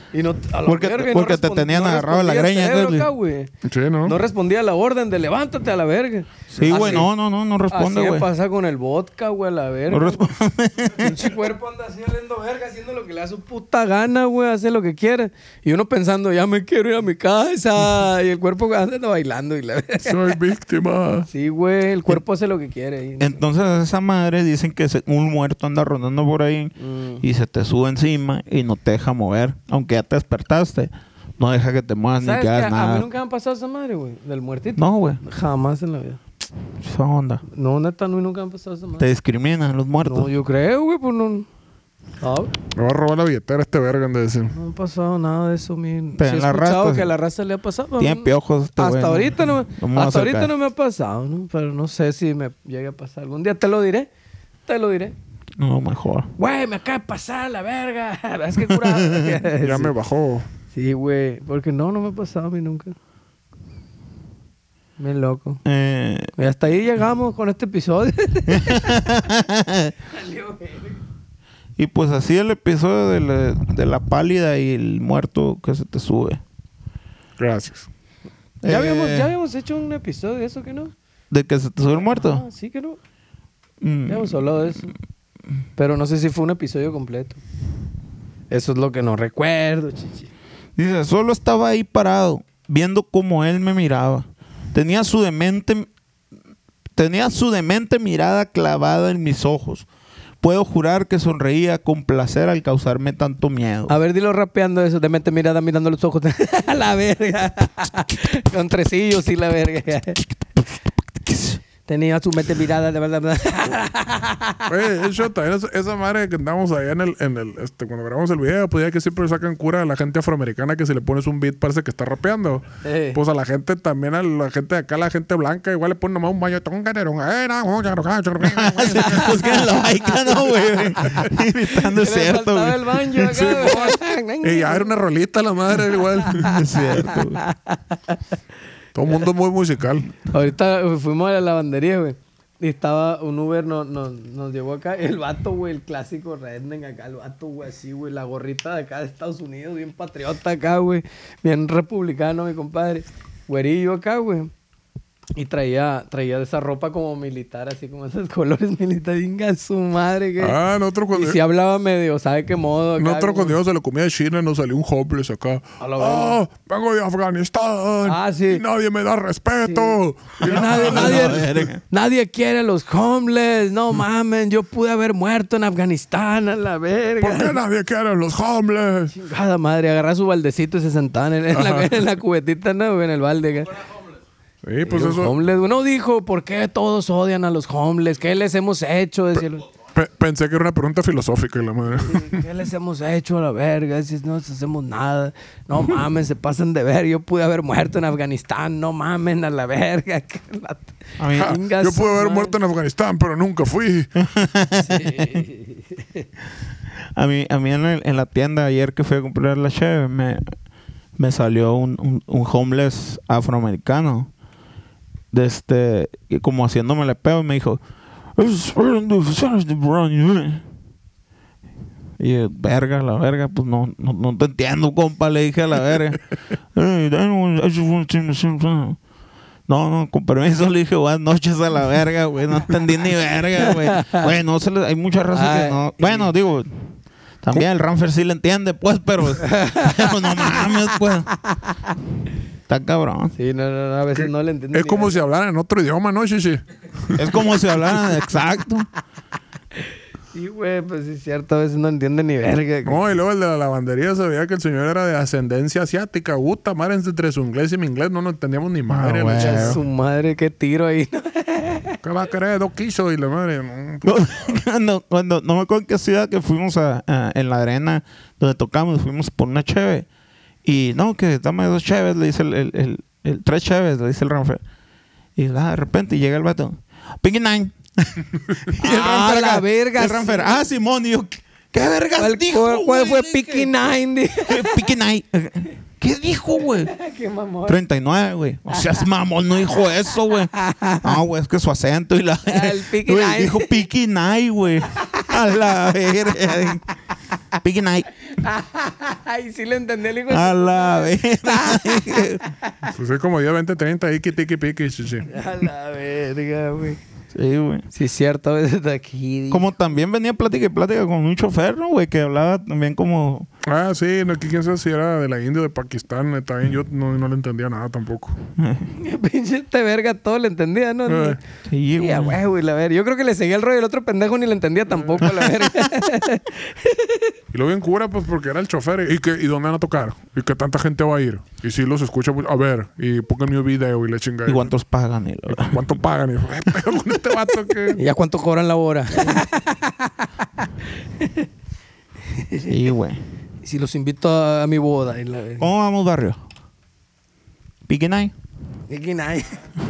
Y no, a la Porque- verga, y porque te tenían agarrado la respondía el greña, cerebro güey. acá, güey. Sí, ¿no? No respondía a la orden de levántate a la verga. Sí, güey, Así- no responde, Así me güey. pasa con el vodka, güey, a la verga. No responde. Pinche cuerpo anda así oliendo verga, haciendo lo que le da su puta gana, güey, hace lo que quiere. Y uno pensando, ya me quiero ir a mi casa. Y el cuerpo anda bailando y la verga. Soy víctima. Sí, güey, el cuerpo hace lo que quiere. Y- Entonces esa madre dicen que un muerto anda rondando por ahí y se te sube encima y no te deja mover. Aunque ya te despertaste, no deja que te muevas ni ¿Sabes que qué? hagas A mí nada. nunca me ha pasado esa madre, güey, del muertito. No, güey. Jamás en la vida. Esa onda. No, neta, no, nunca me ha pasado esa Te madre. discriminan los muertos. No, yo creo, güey, pues no. No, Me va a robar la billetera este verga, han de decir. no me ha pasado nada de eso, mi. Pero Sí he en la escuchado raza, que a sí. la raza le ha pasado. Tiene ¿no? piojos este güey, Hasta ahorita no, no me voy a hasta ahorita acercar. no me ha pasado, ¿no? Pero no sé si me llegue a pasar. Algún día te lo diré. Te lo diré. No, mejor. Güey, me acaba de pasar la verga. Es que curado. Ya Sí. me bajó. Sí, güey. Porque no me ha pasado a mí nunca. Bien loco. Y hasta ahí llegamos con este episodio. Y pues así el episodio de la pálida y el muerto que se te sube. Gracias. Ya habíamos hecho un episodio de eso, ¿que no? ¿De que se te sube el muerto? Ah, sí que no. Mm. Ya hemos hablado de eso. Pero no sé si fue un episodio completo. Eso es lo que no recuerdo, chichi. Dice, solo estaba ahí parado, viendo cómo él me miraba. Tenía su demente mirada clavada en mis ojos. Puedo jurar que sonreía con placer al causarme tanto miedo. A ver, dilo rapeando eso. De mente mirada mirando los ojos. A la verga. Con tresillos y la verga. Tenía su mente mirada de verdad. Oye, eso también esa madre que andamos allá en el cuando grabamos el video, pues ya que siempre sacan cura a la gente afroamericana que si le pones un beat parece que está rapeando. Pues a la gente también, a la gente de acá, la gente blanca, igual le ponen nomás un baño. Pues que en la baica, ¿no, güey? Imitando, es cierto, faltaba güey. el banjo acá. Y ya era una rolita la madre igual. Es cierto, güey. Todo el mundo muy musical. Ahorita fuimos a la lavandería, güey. Y estaba un Uber, nos llevó acá. El vato, güey, el clásico redneck acá. El vato, güey, así, güey. La gorrita de acá de Estados Unidos, bien patriota acá, güey. Bien republicano, mi compadre. Güerillo acá, güey. Y traía de esa ropa como militar, así como esos colores militares. Venga, su madre, que... Nosotros Y cuando... si hablaba medio, ¿sabe qué modo? Acá, Nosotros como- cuando íbamos a la comida china nos salió un homeless acá. A la verga. Vengo de Afganistán. Ah, sí. Y nadie me da respeto. Y nadie quiere a los homeless. No mamen, yo pude haber muerto en Afganistán, a la verga. ¿Por qué nadie quiere a los homeless? Chingada madre, agarra su baldecito y se sentaban en la cubetita, ¿no? güey? En el balde. acá. Sí, pues Los eso. homeless, güey. No dijo, ¿por qué todos odian a los homeless? ¿Qué les hemos hecho? Decía, Pensé que era una pregunta filosófica y la madre. ¿qué les hemos hecho a la verga? Si no les hacemos nada. No mamen, se pasan de ver. Yo pude haber muerto en Afganistán. No mamen a la verga. A mí- Chinga Yo su pude haber madre. muerto en Afganistán, pero nunca fui. A mí en la tienda ayer que fui a comprar la cheve me salió un homeless afroamericano y como haciéndome el peo y me dijo y yo, verga, la verga, pues no te entiendo, compa, le dije a la verga. No, con permiso le dije buenas noches a la verga, güey. No entendí ni verga, güey. Güey, no se le... Hay mucha raza que no... Bueno, digo... También el Ranfer sí le entiende, pues, pero no mames, pues. Está cabrón. Sí, no, a veces no le entiendo. Es como si hablaran en otro idioma, ¿no, Shishi? Es como si hablaran exacto. Sí, güey, pues sí es cierto, a veces no entiende ni verga. No, y luego el de la lavandería se veía que el señor era de ascendencia asiática. Puta madre, entre su inglés y mi inglés no entendíamos ni madre. güey. Su madre, qué tiro ahí. ¿Qué va a querer? 2 quisos y la madre. No. Cuando no me acuerdo en qué ciudad que fuimos en la arena donde tocamos, fuimos por una cheve. Y no, que dame 2 cheves, le dice el 3 cheves, le dice el Ranfer. Y de repente llega el vato. Pinky Nine. Y el Ranfer la acá, verga. El Ranfer, Simón. Y yo, ¿qué verga dijo? ¿Cuál fue güey? Picky Nine? Pinky Nine. ¿Qué dijo, güey? Qué mamón. 39, güey. O sea, es mamón, no dijo eso, güey. No, güey, es que su acento y la... El Picky Güey, Nine. dijo Picky Nine, güey. A la verga. Piggy Night. Ay, sí le entendí el hijo de A la vez. Pues es como yo 20-30, iki, tiki, piki, chichi. A la verga, güey. Sí, güey. Sí, es cierto, a veces de aquí. Como también venía plática y plática con un chofer, ¿no, güey? Que hablaba también como... Ah, sí, no, que quién sabe si era de la India o de Pakistán. También yo no le entendía nada tampoco. Pinche este verga, todo le entendía, ¿no? Sí, Sí, a güey. huevo, y la verga. Yo creo que le seguía el rollo. El otro pendejo ni le entendía tampoco, la verga. Y lo bien cura, pues, porque era el chofer. ¿Y dónde van a tocar? ¿Y qué tanta gente va a ir? Y si los escucha, pues, a ver, y pónganme un video y le chingan. ¿Y cuántos pagan? Y la- ¿Cuánto pagan? Y yo, pero con este vato que... ¿Y ya cuánto cobran la hora? Sí, güey. Y si los invito a mi boda. Y la verga. ¿Cómo vamos, barrio? Piggy Night. Vicky Night.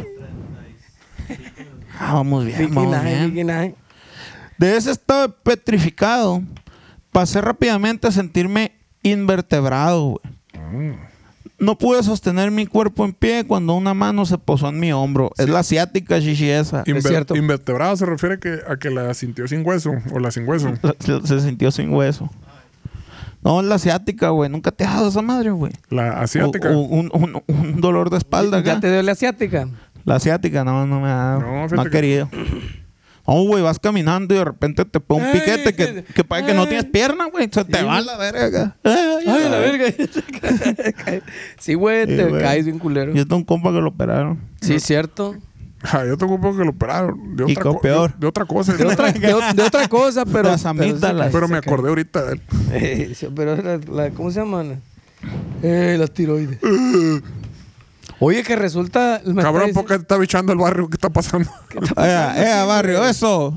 Ah, vamos bien, Vicky vamos Night, bien. Vicky Night. De ese estado de petrificado, pasé rápidamente a sentirme invertebrado, güey. No pude sostener mi cuerpo en pie cuando una mano se posó en mi hombro. Es la asiática, chichi esa. Es cierto. Invertebrado se refiere a que la sintió sin hueso o la sin hueso. Se sintió sin hueso. No, es la asiática, güey. Nunca te has dado esa madre, güey. La asiática. O un dolor de espalda acá. ¿Ya te dio la asiática? La asiática no me ha dado. No, No, fíjate ha que- querido. No, güey, vas caminando y de repente te pone un Ay, piquete que parece que no tienes pierna, güey. Se te va a la verga acá. Ay, la verga. Sí, güey, Sí, te güey. caes bien culero. Yo tengo un compa que lo operaron. Sí, cierto. Ah, yo tengo un poco que lo operaron. De Y otra, quedó peor. de otra cosa. De otra cosa, pero... Las amígdalas. Pero me acordé ahorita de él. Sí, pero ¿cómo se llama? Las tiroides. Oye, que resulta... me Cabrón, está ¿por qué te está bichando el barrio? ¿Qué está pasando? Barrio, eso.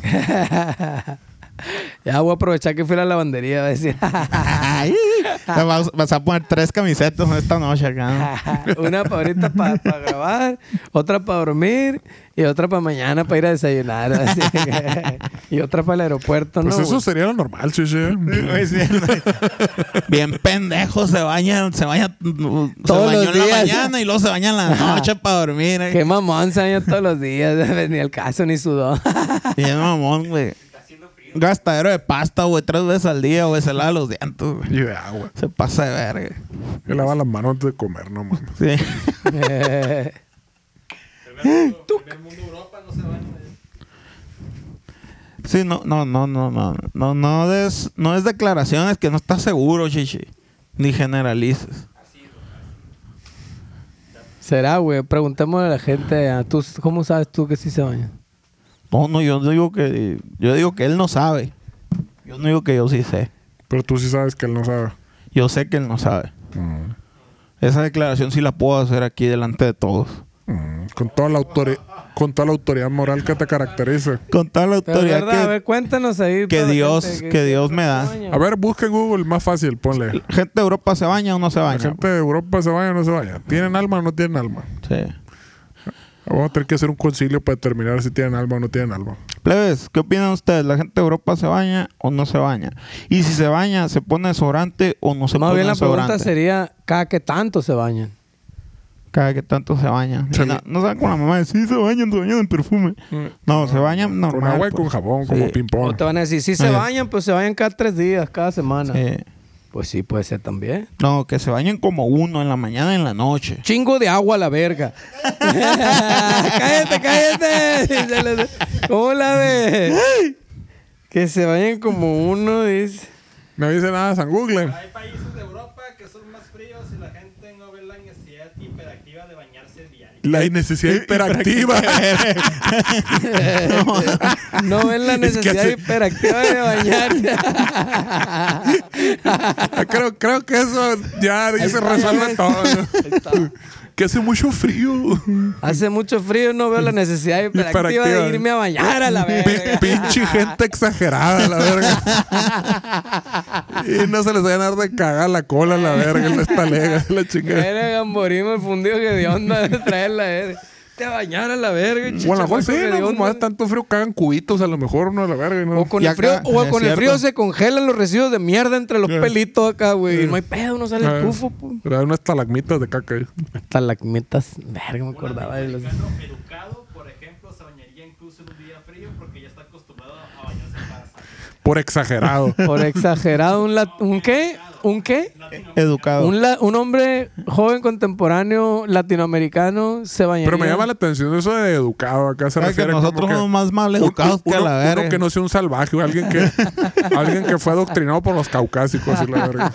Ya voy a aprovechar que fui a la lavandería. A decir. Ay, vas a poner 3 camisetas esta noche acá. Una para ahorita para grabar, otra para dormir y otra para mañana para ir a desayunar. Así. Y otra para el aeropuerto, Pues ¿no? eso sería lo normal, chiche. Bien pendejo, se baña Todos se bañó los en la días. mañana y luego se baña en la noche para dormir. Qué mamón se baña todos los días. Ni el caso ni sudó. Bien mamón, güey. Gastadero de pasta, güey, 3 veces al día, güey, se lava los dientes, güey. Y de agua. Se pasa de verga. Que lava las manos antes de comer, no mames. Sí. Sí, no es declaraciones que no estás seguro, chichi. Ni generalices. ¿Será, güey? Preguntémosle a la gente. ¿Cómo sabes tú que sí se baña? No, yo digo que él no sabe. Yo no digo que yo sí sé. Pero tú sí sabes que él no sabe. Yo sé que él no sabe. Esa declaración sí la puedo hacer aquí delante de todos. Con toda la autoridad moral que te caracteriza. Con toda la Pero autoridad verdad, a ver, cuéntanos ahí. que toda la Dios- gente que Dios me se da. baña. A ver, busca en Google, más fácil, ponle. ¿Gente de Europa se baña o no se ¿La baña? gente de Europa se baña o no se baña? ¿Tienen alma o no tienen alma? Sí. Vamos a tener que hacer un concilio para determinar si tienen alma o no tienen alma. Plebes, ¿qué opinan ustedes? ¿La gente de Europa se baña o no se baña? Y si se baña, ¿se pone desodorante o no se Más pone bien la pregunta desodorante? sería, ¿cada qué tanto se bañan? Cada que tanto se bañan. Sí. Y no saben con la mamá de, sí, se bañan en perfume. No, se bañan normal. Con agua y pues. con jabón, Sí. como O ping-pong. te van a decir, si se Sí. bañan, pues se bañan cada 3 días, cada semana. Sí. Pues sí, puede ser también. No, que se bañen como uno en la mañana y en la noche. Chingo de agua a la verga. cállate. ¿Cómo la ves? Que se bañen como uno, dice. No dice nada San Google. Hay países de Europa que son más fríos y la gente no ve la necesidad hiperactiva de bañarse diario. La necesidad hiperactiva. No ven la Es que necesidad hace- hiperactiva de bañarse. creo que eso ya ahí se resuelve todo. Que hace mucho frío. Hace mucho frío, no veo la necesidad hiperactiva Hiperactiva. de irme a bañar a la verga. Pinche gente exagerada, la verga. Y no se les va a dar de cagar la cola, la verga, en esta lega, la chingada. Era gamborismo, el fundido que de onda de traer la verga. Te a bañar a la verga, O a lo mejor sí, chichamaco, que de ¿no? Como onda. hace tanto frío, cagan cubitos, a lo mejor uno a la verga. ¿no? O con Y el frío, acá, o es con el cierto. frío se congelan los residuos de mierda entre los pelitos acá, güey. No hay pedo, no sale el tufo, pues. Era unas talagmitas de caca ahí. Hasta las metas, verga, me acordaba de los. Un mexicano educado, por ejemplo, se bañaría incluso en un día frío porque ya está acostumbrado a bañarse cada sábado. Por exagerado. Por exagerado, ¿un qué? ¿Un qué? Educado. Un hombre joven contemporáneo latinoamericano se bañaría. Pero me llama la atención eso de educado. Acá se Ay, que refiere nosotros como que somos más mal educados que a la verga. uno que no sea un salvaje, alguien que fue adoctrinado por los caucásicos y la verga.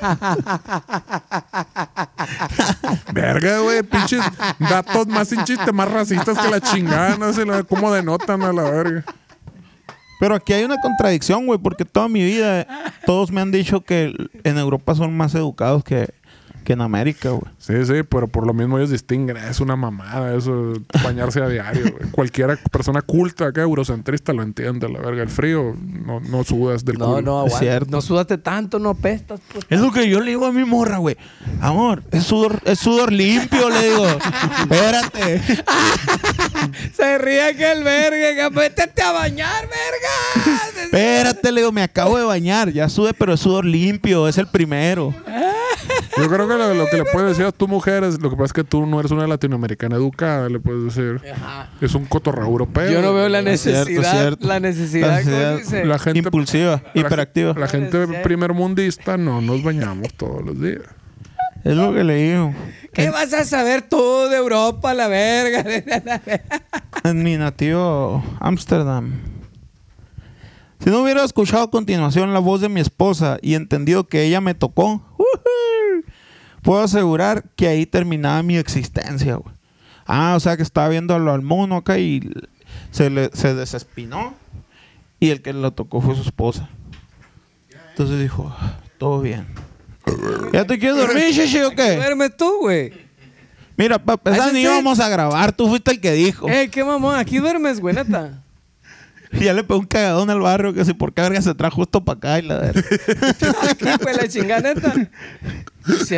Verga, güey, pinches datos más sin chiste, más racistas que la chingada, no sé cómo denotan a la verga. Pero aquí hay una contradicción, güey, porque toda mi vida todos me han dicho que en Europa son más educados que en América, güey. Sí, pero por lo mismo ellos distinguen. Es una mamada eso, bañarse a diario, güey. Cualquier persona culta acá, eurocentrista, lo entiende, la verga. El frío, no sudas del culo. No, aguanta. cierto. No sudaste tanto, no apestas. Pues. Es lo que yo le digo a mi morra, güey. Amor, es sudor limpio, le digo. Espérate. Se ríe aquel verga, que métete a bañar, verga. Espérate, le digo, me acabo de bañar. Ya sudé, pero es sudor limpio. Es el primero. Yo creo que lo que le puedes decir a tu mujer es lo que pasa es que tú no eres una latinoamericana educada, le puedes decir. Ajá. Es un cotorreo europeo. Yo no veo la necesidad. Cierto. La necesidad, ¿cómo dice? La gente Impulsiva, hiperactiva. La gente primer mundista no nos bañamos todos los días. Es lo que le digo. ¿Qué vas a saber tú de Europa, la verga? En mi nativo Ámsterdam. Si no hubiera escuchado a continuación la voz de mi esposa y entendido que ella me tocó, puedo asegurar que ahí terminaba mi existencia, güey. O sea que estaba viéndolo al mono acá y se desespinó y el que lo tocó fue su esposa. Entonces dijo, todo bien. ¿Ya te quieres dormir, Shishi, o qué? Duermes tú, güey. Mira, para empezar, ni íbamos a grabar. Tú fuiste el que dijo. Qué mamón. Aquí duermes, güey, neta. Y ya le pegó un cagadón al barrio que si por qué verga se trajo justo para acá y la verga. Aquí, pues, la chingada, neta. Sí.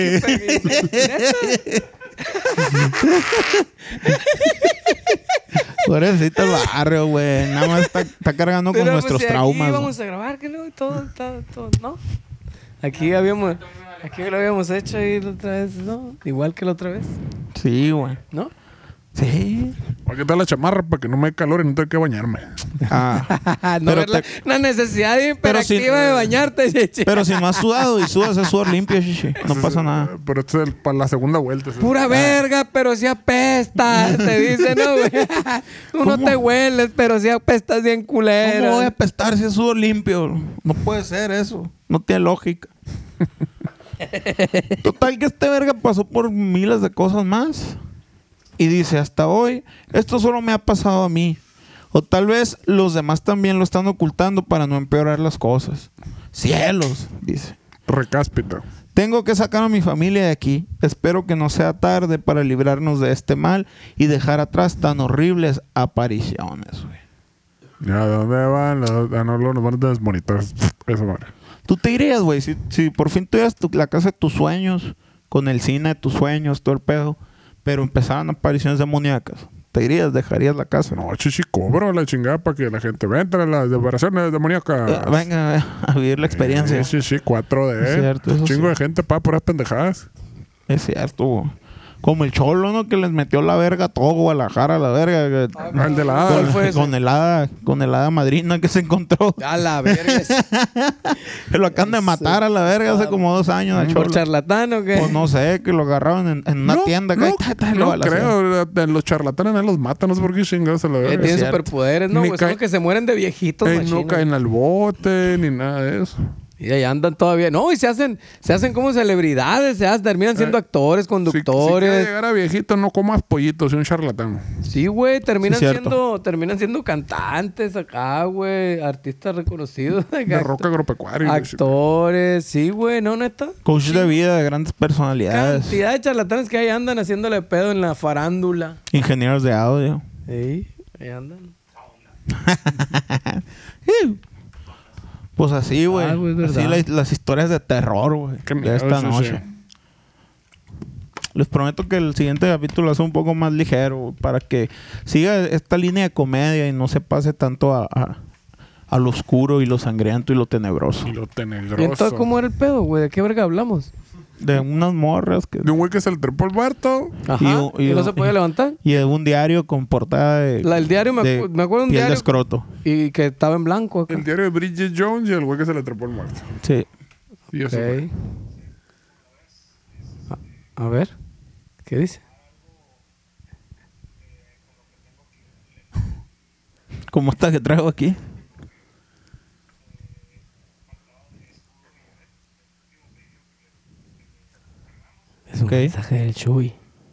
Pobrecito el barrio, güey. Nada más está cargando con Pero, nuestros pues, traumas. Aquí güey. vamos a grabar, que no, todo, ¿no? Aquí lo habíamos hecho y la otra vez, ¿no? Igual que la otra vez, Sí, güey. ¿no? Sí. Voy a quitar la chamarra para que no me dé calor y no tenga que bañarme. No Pero ver la necesidad hiperactiva de bañarte, chichi. Pero si no has sudado y sudas, es sudor limpio, Shishi. No pasa nada. Pero esto es para la segunda vuelta. ¿sí? Pura verga, pero si apestas, te dice, ¿no, güey? Tú no ¿Cómo? te hueles, pero si apestas bien culero. ¿Cómo voy a apestar si es sudor limpio? No puede ser eso. No tiene lógica. Total que este verga pasó por miles de cosas más. Y dice, hasta hoy, esto solo me ha pasado a mí. O tal vez los demás también lo están ocultando para no empeorar las cosas. Cielos, dice. Recáspita. Tengo que sacar a mi familia de aquí. Espero que no sea tarde para librarnos de este mal y dejar atrás tan horribles apariciones, güey. Ya, ¿de dónde van? Nos van a desmonitorar. Eso, madre. Tú te irías, güey, si por fin tuvieras la casa de tus sueños, con el cine de tus sueños, todo el pedo, pero empezaran apariciones demoníacas. ¿Te irías? ¿Dejarías la casa? No, chichi, cobro la chingada para que la gente venga a las operaciones demoníacas. Venga a vivir la experiencia. Sí, 4D. Es cierto, eso Chingo sí. de gente para puras pendejadas. Es cierto, güey. Como el Cholo, ¿no? Que les metió la verga a todo Guadalajara, a la verga. El de la ¿Cuál fue ese? Con el hada madrina que se encontró. A la verga. Que lo acaban de matar a la verga hace como 2 años. al ¿Por Cholo. charlatán o qué? Pues no sé, que lo agarraron en una tienda. No, lo creo. Los charlatanes no los matan. No sé por qué chingados a la verga. Tienen cierto. superpoderes, ¿no? Ni Pues son cae- que se mueren de viejitos, No machines. caen al bote ni nada de eso. Y ahí andan todavía. No, y se hacen como celebridades, terminan siendo actores, Si quieres conductores. llegar a viejito, no comas pollitos, soy un charlatán. Sí, güey, terminan Sí, cierto. siendo cantantes acá, güey, artistas reconocidos. De rock agropecuario. Actores, sí, güey, no, neta. Coach de vida de grandes personalidades. Cantidad de charlatanes que ahí andan haciéndole pedo en la farándula. Ingenieros de audio. Sí, ahí andan. Pues así, güey. güey, es Así verdad. las historias de terror, güey. Qué De miedo, esta sí, noche. Les prometo que el siguiente capítulo es un poco más ligero, güey, para que siga esta línea de comedia y no se pase tanto a lo oscuro y lo sangriento y lo tenebroso. Y lo ¿Y tenebroso. entonces cómo era el pedo, güey? ¿De qué verga hablamos? de unas morras que... De un güey que se le trepó el muerto. Ajá. Y no se podía levantar. Y de un diario con portada de... El diario, me acuerdo de un piel de diario. escroto. Y que estaba en blanco acá. El diario de Bridget Jones y el güey que se le trepó el muerto. Sí. Y eso Ok. fue. A ver. ¿Qué dice? ¿Cómo está que traigo aquí? Es un Ok. mensaje del Chuy.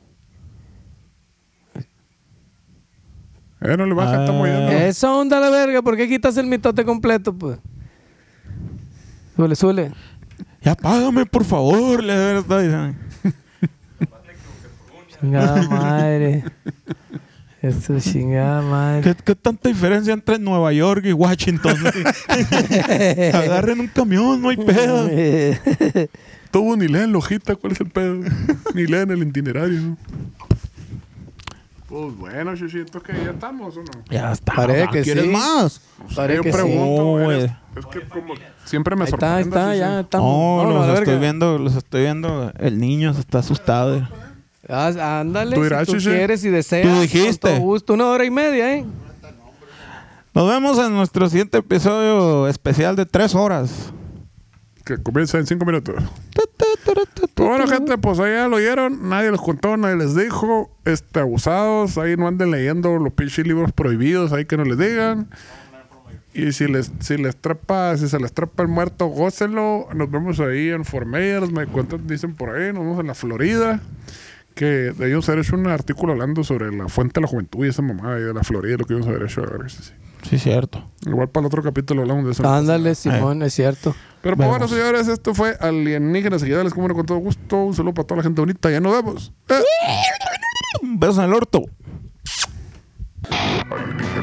No le baja, está moviendo. Esa onda la verga. ¿Por qué quitas el mitote completo, pues? Súbele. Ya págame, por favor. Le está diciendo. Chingada madre. Eso, chingada madre. ¿Qué tanta diferencia entre Nueva York y Washington? Agarren un camión, no hay pedo. Todo ni leen hojita, ¿cuál es el pedo? Ni leen el itinerario. Pues bueno, Chuchito, que ya estamos, ¿o no? Ya está. Parece que ¿Quieres sí. más? Parece Yo que pregunto, sí. güey, Güey. es que como siempre me Ahí sorprende. está, Chuchi. ya estamos. No, Vámonos a la verga. los estoy viendo. El niño se está asustado. Ándale, Tú dirás, si tú Chuchi. quieres y deseas. Tú dijiste. Con todo gusto, 1 hora y media, ¿eh? Nos vemos en nuestro siguiente episodio especial de 3 horas. Que comienza en 5 minutos. Pues bueno, gente, pues ahí ya lo oyeron. Nadie les contó, nadie les dijo. Abusados. Ahí no anden leyendo los pinches libros prohibidos. Ahí que no les digan. Y si se les trepa el muerto, gócenlo. Nos vemos ahí en Fort Myers. Me cuentan, dicen por ahí. Nos vemos en la Florida. Que de ellos haber hecho un artículo hablando sobre la fuente de la juventud y esa mamá de la Florida, lo que íbamos a haber hecho. A ver, sí. Sí, cierto. Igual para el otro capítulo hablamos de eso. Ándale, Simón, es cierto. Pero pues bueno, Vemos. señores, esto fue Alienígenas Seguidales, como no, con todo gusto. Un saludo para toda la gente bonita. Ya nos vemos. Un beso en el orto. Alienígenas.